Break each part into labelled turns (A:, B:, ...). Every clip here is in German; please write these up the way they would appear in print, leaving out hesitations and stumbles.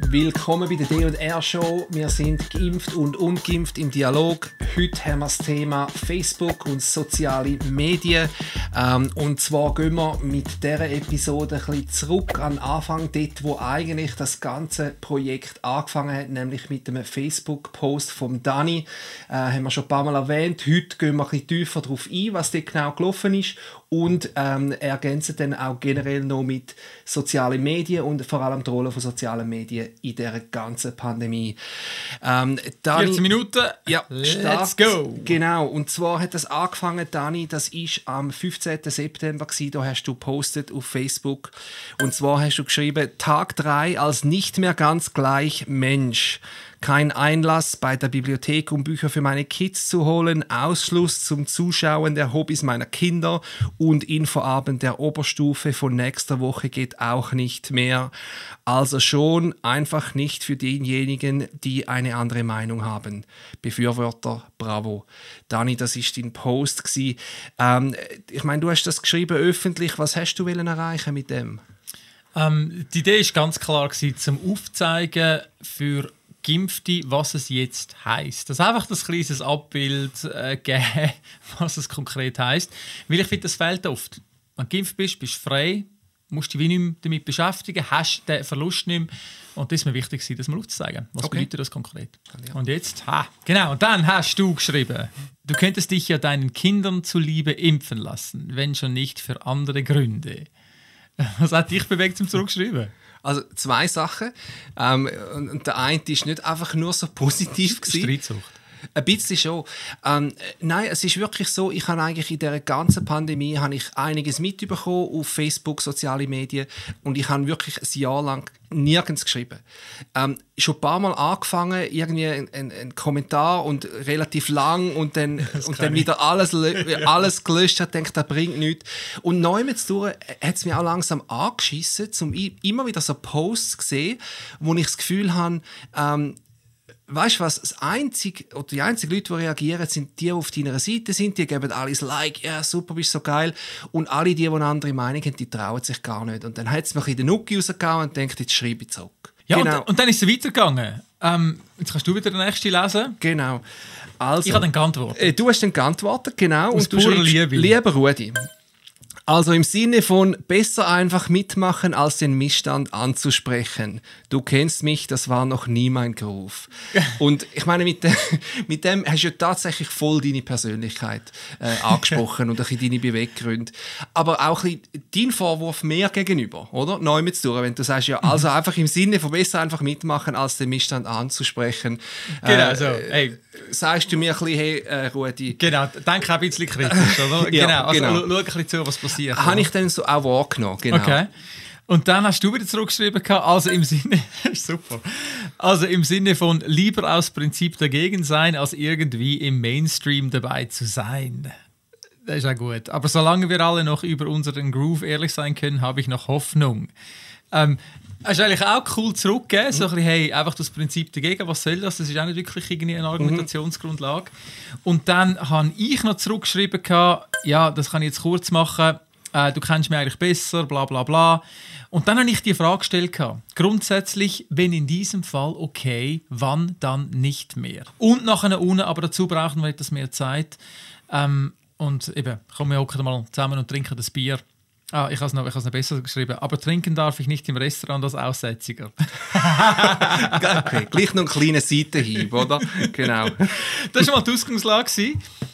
A: Willkommen bei der D&R Show. Wir sind geimpft und ungeimpft im Dialog. Heute haben wir das Thema Facebook und soziale Medien. Und zwar gehen wir mit dieser Episode ein bisschen zurück an den Anfang, dort wo eigentlich das ganze Projekt angefangen hat, nämlich mit einem Facebook-Post vom Dani. Haben wir schon ein paar Mal erwähnt. Heute gehen wir ein bisschen tiefer darauf ein, was dort genau gelaufen ist. Und ergänzen dann auch generell noch mit sozialen Medien und vor allem die Rolle von sozialen Medien in dieser ganzen Pandemie. Dani,
B: 14 Minuten,
A: ja,
B: let's go!
A: Genau, und zwar hat das angefangen, Dani, das war am 15. September, da hast du gepostet auf Facebook. Und zwar hast du geschrieben, Tag 3 als nicht mehr ganz gleich Mensch. Kein Einlass bei der Bibliothek, um Bücher für meine Kids zu holen, Ausschluss zum Zuschauen der Hobbys meiner Kinder und Infoabend der Oberstufe von nächster Woche geht auch nicht mehr. Also schon einfach nicht für diejenigen, die eine andere Meinung haben. Befürworter, bravo. Dani, das war dein Post. Ich meine, du hast das geschrieben öffentlich. Was hast du erreichen mit dem?
B: Die Idee war ganz klar, zum Aufzeigen für Geimpfte, was es jetzt heisst. Das einfach das kleines Abbild geben, was es konkret heisst. Weil ich finde, das fehlt oft. Wenn du geimpft bist, bist du frei, musst dich wie nicht mehr damit beschäftigen, hast den Verlust nicht mehr. Und das ist mir wichtig, das mal aufzuzeigen. Was bedeutet das konkret? Ja. Und jetzt, genau, dann hast du geschrieben, du könntest dich ja deinen Kindern zuliebe impfen lassen, wenn schon nicht für andere Gründe. Was hat dich bewegt, zum Zurückschreiben?
A: Also 2 Sachen. Und der eine war nicht einfach nur so positiv.
B: Streitsucht.
A: Ein bisschen schon. Nein, es ist wirklich so, ich habe eigentlich in dieser ganzen Pandemie einiges mitbekommen auf Facebook, soziale Medien und ich habe wirklich ein Jahr lang nirgends geschrieben. Schon ein paar Mal angefangen, irgendwie ein Kommentar und relativ lang und dann wieder alles gelöscht hat, denkt, das bringt nichts. Und neu mit durch hat es mich auch langsam angeschissen, um immer wieder so Posts zu sehen, wo ich das Gefühl habe, weißt du was, die einzigen Leute, die reagieren, sind die, die auf deiner Seite sind, die geben alles Like, ja super, bist so geil. Und alle, die eine andere Meinung haben, die trauen sich gar nicht. Und dann hat es mich in den Nuki rausgehauen und denkt, jetzt schreibe ich zurück.
B: Ja,
A: genau.
B: und dann ist es weitergegangen. Jetzt kannst du wieder den nächsten lesen.
A: Genau. Also,
B: ich habe dann geantwortet.
A: Du hast dann geantwortet, genau.
B: Aus
A: und du schreibst, lieber Rudi. Also im Sinne von besser einfach mitmachen, als den Missstand anzusprechen. Du kennst mich, das war noch nie mein Beruf. Und ich meine, mit dem hast du ja tatsächlich voll deine Persönlichkeit angesprochen und ein bisschen deine Beweggründe. Aber auch ein bisschen dein Vorwurf mehr gegenüber, oder? Neu mit zu, wenn du sagst, ja, also einfach im Sinne von besser einfach mitmachen, als den Missstand anzusprechen.
B: Genau, so. Hey.
A: Sagst du mir ein bisschen, hey, Rudi.
B: Genau, denke auch ein bisschen kritisch, oder?
A: Ja,
B: also
A: genau.
B: Schau ein bisschen zu, was passiert.
A: Habe ich dann so auch wahrgenommen, genau.
B: Okay. Und dann hast du wieder zurückgeschrieben, also im Sinne, super, also im Sinne von lieber aus Prinzip dagegen sein, als irgendwie im Mainstream dabei zu sein. Das ist ja gut. Aber solange wir alle noch über unseren Groove ehrlich sein können, habe ich noch Hoffnung. Das ist eigentlich auch cool zurückgegeben, so ein bisschen, hey, einfach das Prinzip dagegen, was soll das? Das ist auch nicht wirklich irgendwie eine Argumentationsgrundlage. Und dann habe ich noch zurückgeschrieben, ja, das kann ich jetzt kurz machen, du kennst mich eigentlich besser, bla bla bla. Und dann habe ich die Frage gestellt, grundsätzlich, wenn in diesem Fall okay, wann dann nicht mehr? Und nachher unten, aber dazu brauchen wir etwas mehr Zeit. Und eben, kommen wir hocken mal zusammen und trinken das Bier. Ich habe es noch besser geschrieben. Aber trinken darf ich nicht im Restaurant als Aussätziger.
A: Okay, gleich noch einen kleinen Seitenhieb, oder? Genau.
B: Das war mal die Ausgangslage.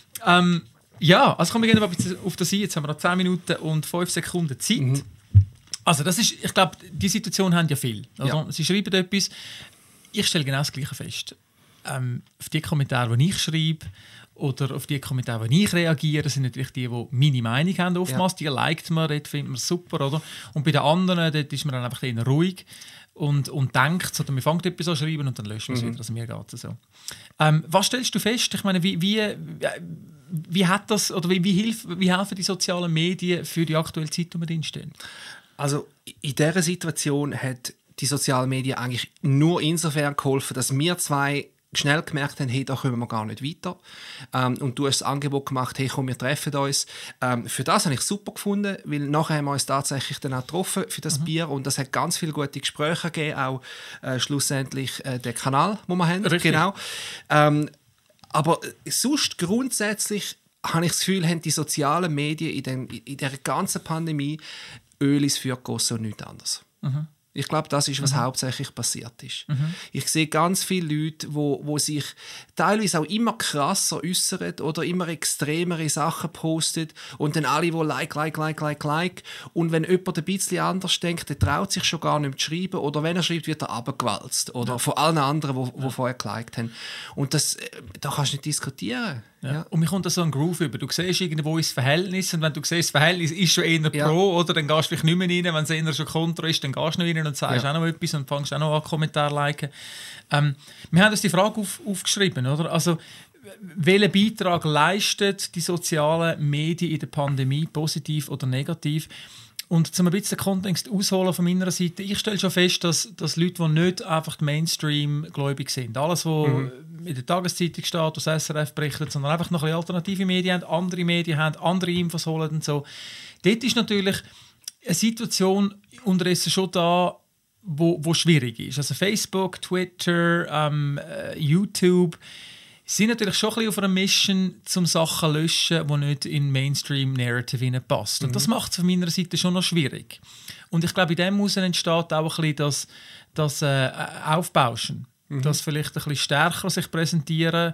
B: Ja, also kommen wir gerne auf das ein. Jetzt haben wir noch 10 Minuten und 5 Sekunden Zeit. Also das ist, ich glaube, die Situation haben ja viel. Also, ja. Sie schreiben etwas. Ich stelle genau das Gleiche fest. Auf die Kommentare, die ich schreibe, oder auf die Kommentare, die ich reagiere, sind natürlich die meine Meinung haben oftmals. Ja. Die liked man, dort findet man super, oder? Und bei den anderen, dort ist man dann einfach eher ruhig und denkt, oder man fängt etwas an zu schreiben und dann löscht man es wieder. Also mir geht es so. Was stellst du fest? Ich meine, wie hat das, oder wie helfen die sozialen Medien für die aktuelle Zeit, in der wir drinstehen?
A: Also in dieser Situation hat die sozialen Medien eigentlich nur insofern geholfen, dass wir zwei schnell gemerkt haben, hey, da kommen wir gar nicht weiter. Und du hast das Angebot gemacht, hey, komm, wir treffen uns. Für das habe ich super gefunden, weil nachher haben wir uns tatsächlich dann auch getroffen für das Bier und das hat ganz viele gute Gespräche gegeben, auch schlussendlich den Kanal, den wir haben.
B: Richtig.
A: Genau. Aber sonst grundsätzlich habe ich das Gefühl, haben die sozialen Medien in der ganzen Pandemie Öl ins Feuer gegossen und nichts anderes. Ich glaube, das ist, was hauptsächlich passiert ist. Ich sehe ganz viele Leute, wo sich teilweise auch immer krasser äußern oder immer extremere Sachen posten und dann alle, die like. Und wenn jemand ein bisschen anders denkt, der traut sich schon gar nicht mehr zu schreiben oder wenn er schreibt, wird er abgewalzt oder von allen anderen, die vorher geliked haben. Und das, da kannst du nicht diskutieren.
B: Ja. Und mir kommt da so ein Groove über. Du siehst irgendwo ins Verhältnis und wenn du siehst, das Verhältnis ist schon eher pro, oder, dann gehst du vielleicht nicht mehr rein. Wenn es eher schon kontra ist, dann gehst du noch rein und sagst auch noch etwas und fängst auch noch an Kommentare liken. Wir haben uns die Frage aufgeschrieben, oder? Also, welchen Beitrag leisten die sozialen Medien in der Pandemie, positiv oder negativ? Und zum ein bisschen den Kontext ausholen von meiner Seite, ich stelle schon fest, dass Leute, die nicht einfach Mainstream-gläubig sind, alles, was in der Tageszeitung steht, aus SRF berichtet, sondern einfach noch ein bisschen alternative Medien haben, andere Medien haben, andere Infos holen und so. Dort ist natürlich eine Situation unterdessen schon da, wo schwierig ist. Also Facebook, Twitter, YouTube sind natürlich schon ein bisschen auf einer Mission, um Sachen zu löschen, die nicht in Mainstream-Narrative passen. Und das macht es von meiner Seite schon noch schwierig. Und ich glaube, in dem Hause entsteht auch ein bisschen das Aufbauschen. Das vielleicht ein bisschen stärker sich präsentieren,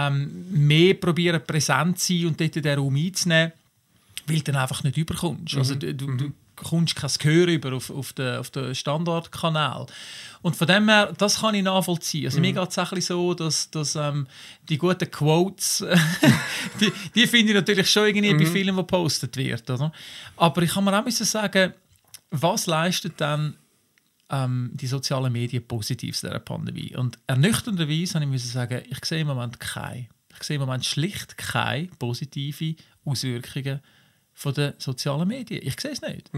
B: mehr probieren präsent zu sein und dort in den Raum einzunehmen, weil du dann einfach nicht überkommst. Also du kommst kein Gehör über auf den Standardkanal. Und von dem her, das kann ich nachvollziehen. Also mir geht es auch ein bisschen so, dass die guten Quotes, die finde ich natürlich schon irgendwie bei vielen, die gepostet wird. Oder? Aber ich kann mir auch sagen, was leistet dann die sozialen Medien positiv in dieser Pandemie? Und ernüchternderweise muss ich sagen, ich sehe im Moment schlicht keine positive Auswirkungen von den sozialen Medien. Ich sehe es nicht.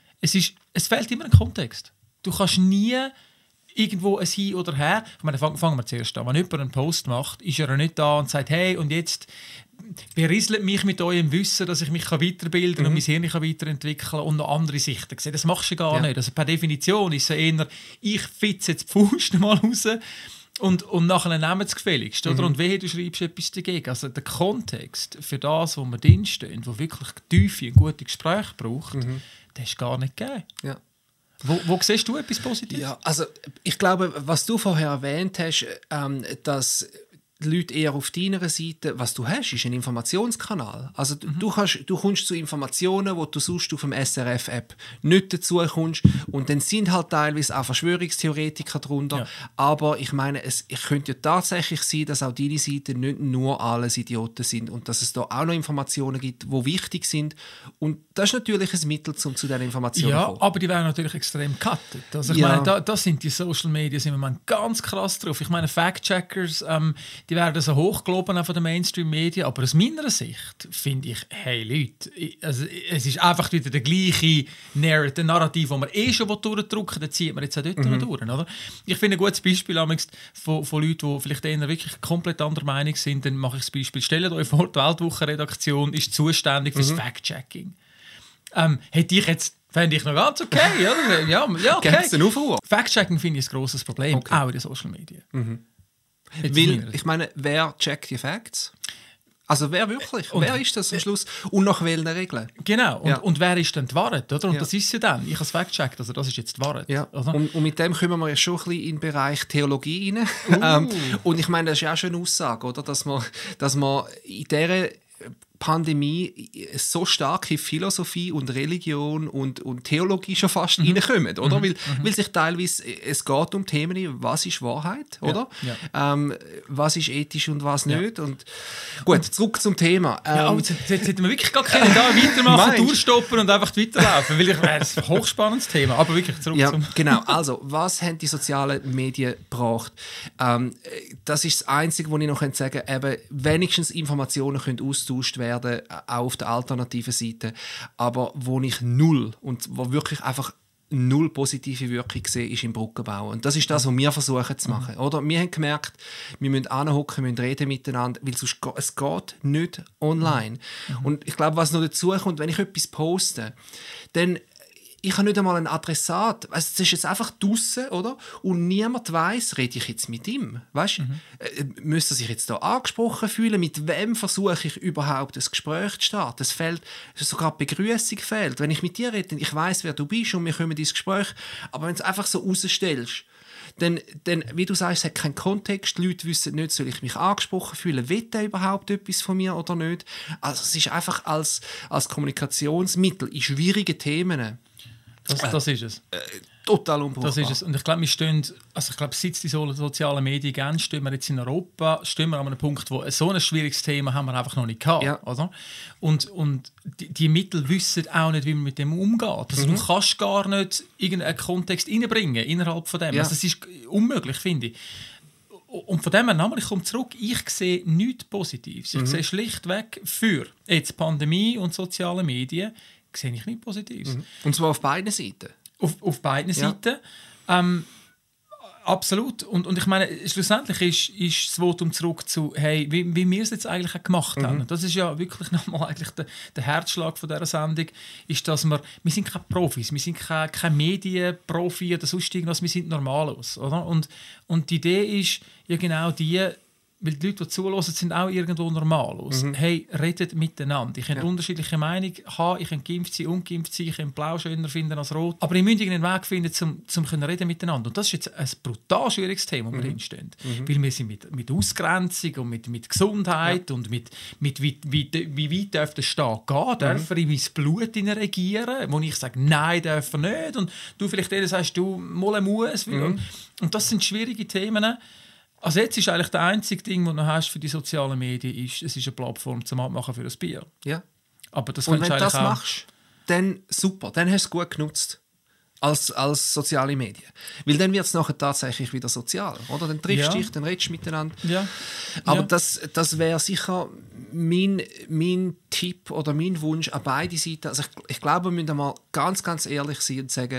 B: Es fehlt immer ein Kontext. Du kannst nie irgendwo ein Hin oder Her. Ich meine, fangen wir zuerst an. Wenn jemand einen Post macht, ist er nicht da und sagt, hey, und jetzt berieselt mich mit eurem Wissen, dass ich mich weiterbilden kann und mein Hirn weiterentwickeln kann und noch andere Sichten sehen. Das machst du gar nicht. Also per Definition ist es eher, ich fitze jetzt die Faust mal raus und nachher nehmen es gefälligst. Oder? Und wehe, du schreibst etwas dagegen. Also der Kontext für das, wo wir drinstehen, wo wirklich tiefe und gute Gespräche braucht, das ist gar nicht gegeben. Ja. Wo siehst du etwas Positives?
A: Ja, also ich glaube, was du vorher erwähnt hast, dass die Leute eher auf deiner Seite, was du hast, ist ein Informationskanal. Also du kommst zu Informationen, die du sonst auf dem SRF-App nicht dazu kommst. Und dann sind halt teilweise auch Verschwörungstheoretiker drunter. Ja. Aber ich meine, es könnte ja tatsächlich sein, dass auch deine Seite nicht nur alles Idioten sind und dass es da auch noch Informationen gibt, die wichtig sind. Und das ist natürlich ein Mittel, um zu diesen Informationen zu kommen.
B: Ja, aber die werden natürlich extrem gecuttet. Also ich meine, da sind die Social Media im Moment ganz krass drauf. Ich meine, Fact-Checkers, die werden so hochgeloben von den Mainstream-Medien, aber aus meiner Sicht finde ich, hey Leute, also es ist einfach wieder der gleiche Narrativ, den wir schon durchdrücken, den zieht man jetzt auch dort durch. Oder? Ich finde ein gutes Beispiel von Leuten, die vielleicht eher wirklich komplett anderer Meinung sind, dann mache ich das Beispiel, stellt euch vor, die Weltwoche-Redaktion ist zuständig für das Fact-Checking. Hätte ich jetzt fände ich noch ganz okay, oder? Ja, okay. Fact-Checking finde ich ein grosses Problem, auch in den Social Media.
A: Weil, ich meine, wer checkt die Facts? Also wer wirklich? Wer ist das am Schluss? Und nach welchen Regeln?
B: Genau. Und wer ist denn die Wahrheit? Oder? Und das ist ja dann. Ich habe es fact-checkt, also das ist jetzt die Wahrheit.
A: Ja. Und mit dem kommen wir ja schon ein bisschen in den Bereich Theologie rein. Und ich meine, das ist ja auch schon eine Aussage, oder? Dass man in dieser Pandemie so starke Philosophie und Religion und Theologie schon fast reinkommen, oder? Weil sich teilweise, es geht um Themen, was ist Wahrheit, oder? Ja. Was ist ethisch und was nicht. Und gut, zurück zum Thema.
B: Jetzt hätten wir wirklich gar keine da weitermachen, durchstoppen und einfach weiterlaufen, weil das ist ein hochspannendes Thema, aber wirklich zurück zum...
A: Genau, also, was haben die sozialen Medien gebracht? Das ist das Einzige, was ich noch sagen kann, eben, wenigstens Informationen können austauscht werden, auch auf der alternativen Seite, aber wo ich null und wo wirklich einfach null positive Wirkung gesehen ist im Brückenbau. Und das ist das, was wir versuchen zu machen. Oder? Wir haben gemerkt, wir müssen anhocken, wir müssen reden miteinander, weil sonst es geht nicht online. Und ich glaube, was noch dazu kommt, wenn ich etwas poste, dann ich habe nicht einmal einen Adressat. Also, es ist jetzt einfach draussen, oder? Und niemand weiss, rede ich jetzt mit ihm? Weißt? Müsste er sich jetzt da angesprochen fühlen? Mit wem versuche ich überhaupt ein Gespräch zu starten? Es fehlt, sogar die Begrüßung fehlt. Wenn ich mit dir rede, ich weiss, wer du bist und wir kommen ins Gespräch. Aber wenn du es einfach so rausstellst, dann, wie du sagst, es hat keinen Kontext. Die Leute wissen nicht, soll ich mich angesprochen fühlen? Will der überhaupt etwas von mir oder nicht? Also, es ist einfach als Kommunikationsmittel in schwierigen Themen.
B: Das ist es.
A: Total unbrauchbar.
B: Das ist es. Und ich glaube, seit die sozialen Medien gehen, stehen wir jetzt in Europa an einem Punkt, wo so ein schwieriges Thema haben wir einfach noch nicht gehabt. Ja. Oder? Und die Mittel wissen auch nicht, wie man mit dem umgeht. Also, du kannst gar nicht irgendeinen Kontext reinbringen innerhalb von dem. Ja. Also, das ist unmöglich, finde ich. Und von dem her, ich komme zurück, ich sehe nichts Positives. Ich sehe schlichtweg für jetzt Pandemie und soziale Medien sehe ich nicht Positives.
A: Und zwar auf beiden Seiten?
B: Auf beiden Seiten. Absolut. Und ich meine, schlussendlich ist das Votum zurück zu, hey, wie wir es jetzt eigentlich auch gemacht haben. Das ist ja wirklich nochmal eigentlich der Herzschlag von dieser Sendung, ist, dass wir sind keine Profis, wir sind keine Medienprofi oder sonst irgendwas, wir sind Normalos. Oder? Und die Idee ist ja genau die, weil die Leute, die zuhören, sind auch irgendwo normalos. Hey, redet miteinander. Ich habe unterschiedliche Meinungen haben, ich kann geimpft sein, ungeimpft sein, ich kann blau schöner finden als rot. Aber ich muss einen Weg finden, um reden miteinander. Und das ist jetzt ein brutal schwieriges Thema, wo wir hinstehen. Weil wir sind mit Ausgrenzung und mit Gesundheit und mit wie weit darf der Staat gehen? Darf er in mein Blut regieren? Wo ich sage, nein, darf er nicht. Und du vielleicht sagst, du muss. Und das sind schwierige Themen. Also jetzt ist eigentlich das einzige Ding, das du noch hast für die sozialen Medien, es ist eine Plattform zum Abmachen für ein Bier. Ja. Aber das
A: und wenn du das machst, dann super, dann hast du es gut genutzt als soziale Medien. Weil dann wird es nachher tatsächlich wieder sozial. Oder? Dann triffst du dich, dann redest du miteinander. Ja. Aber das wäre sicher mein Tipp oder mein Wunsch an beide Seiten. Also ich glaube, wir müssen einmal ganz, ganz ehrlich sein und sagen,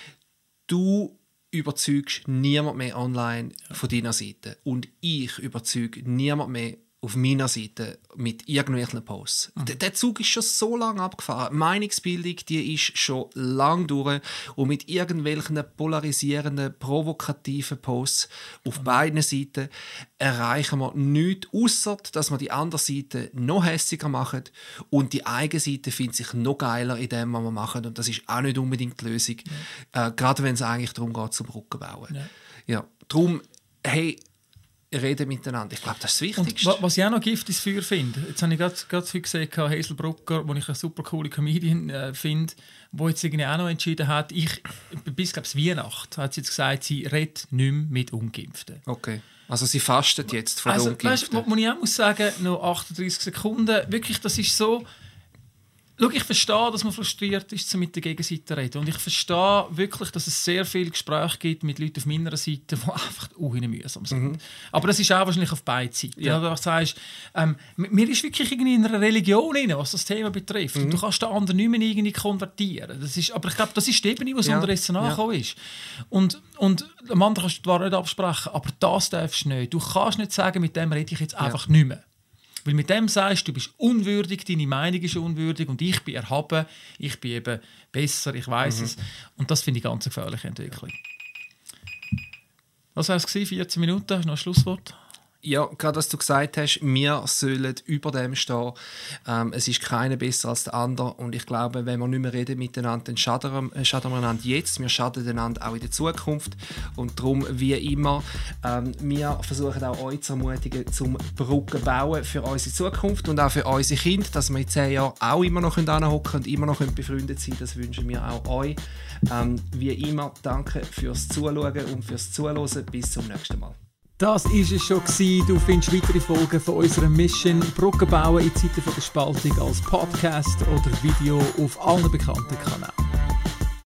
A: du überzeugst niemand mehr online von deiner Seite. Und ich überzeuge niemand mehr auf meiner Seite mit irgendwelchen Posts. Der Zug ist schon so lange abgefahren. Die Meinungsbildung, die ist schon lange durch. Und mit irgendwelchen polarisierenden, provokativen Posts auf beiden Seiten erreichen wir nichts, ausser dass wir die andere Seite noch hässiger machen und die eigene Seite findet sich noch geiler in dem, was wir machen. Und das ist auch nicht unbedingt die Lösung. Gerade wenn es eigentlich darum geht, zum Brücken bauen. Ja. Darum, hey, reden miteinander. Ich glaube, das ist das Wichtigste.
B: Und was ich auch noch Gift ins Feuer finde, jetzt habe ich gerade heute gesehen, Hazel Brucker, die ich eine super coole Comedian finde, die jetzt irgendwie auch noch entschieden hat, bis, glaube ich, Weihnachten, hat sie jetzt gesagt, sie redet nicht mehr mit Ungeimpften.
A: Okay. Also sie fastet jetzt von den Ungeimpften.
B: Weißt, was ich auch muss sagen, noch 38 Sekunden, wirklich, das ist so. Schau, ich verstehe, dass man frustriert ist, mit der Gegenseite zu reden. Und ich verstehe wirklich, dass es sehr viele Gespräche gibt mit Leuten auf meiner Seite, die einfach mühsam sind. Aber das ist auch wahrscheinlich auf beiden Seiten. Ja. Du sagst, mir ist wirklich irgendwie in einer Religion rein, was das Thema betrifft. Und du kannst den anderen nicht mehr irgendwie konvertieren. Aber ich glaube, das ist die Ebene, was unterdessen angekommen ist. Und am anderen kannst du zwar nicht absprechen, aber das darfst du nicht. Du kannst nicht sagen, mit dem rede ich jetzt einfach nicht mehr. Weil mit dem sagst du, bist unwürdig, deine Meinung ist unwürdig und ich bin erhaben, ich bin eben besser, ich weiss es. Und das finde ich eine ganz gefährliche Entwicklung. Was war es? 14 Minuten? Hast du noch ein Schlusswort?
A: Ja, gerade was du gesagt hast, wir sollen über dem stehen. Es ist keiner besser als der andere. Und ich glaube, wenn wir nicht mehr reden miteinander, dann schaden wir einander jetzt. Wir schaden einander auch in der Zukunft. Und darum, wie immer, wir versuchen auch euch zu ermutigen, zum Brücken bauen für unsere Zukunft und auch für unsere Kinder, dass wir in 10 Jahren auch immer noch hinhocken und immer noch befreundet sein können. Das wünschen wir auch euch. Wie immer, danke fürs Zuschauen und fürs Zuhören. Bis zum nächsten Mal.
B: Das war es schon. Du findest weitere Folgen von unserer Mission Brücken bauen in Zeiten der Spaltung als Podcast oder Video auf allen bekannten Kanälen.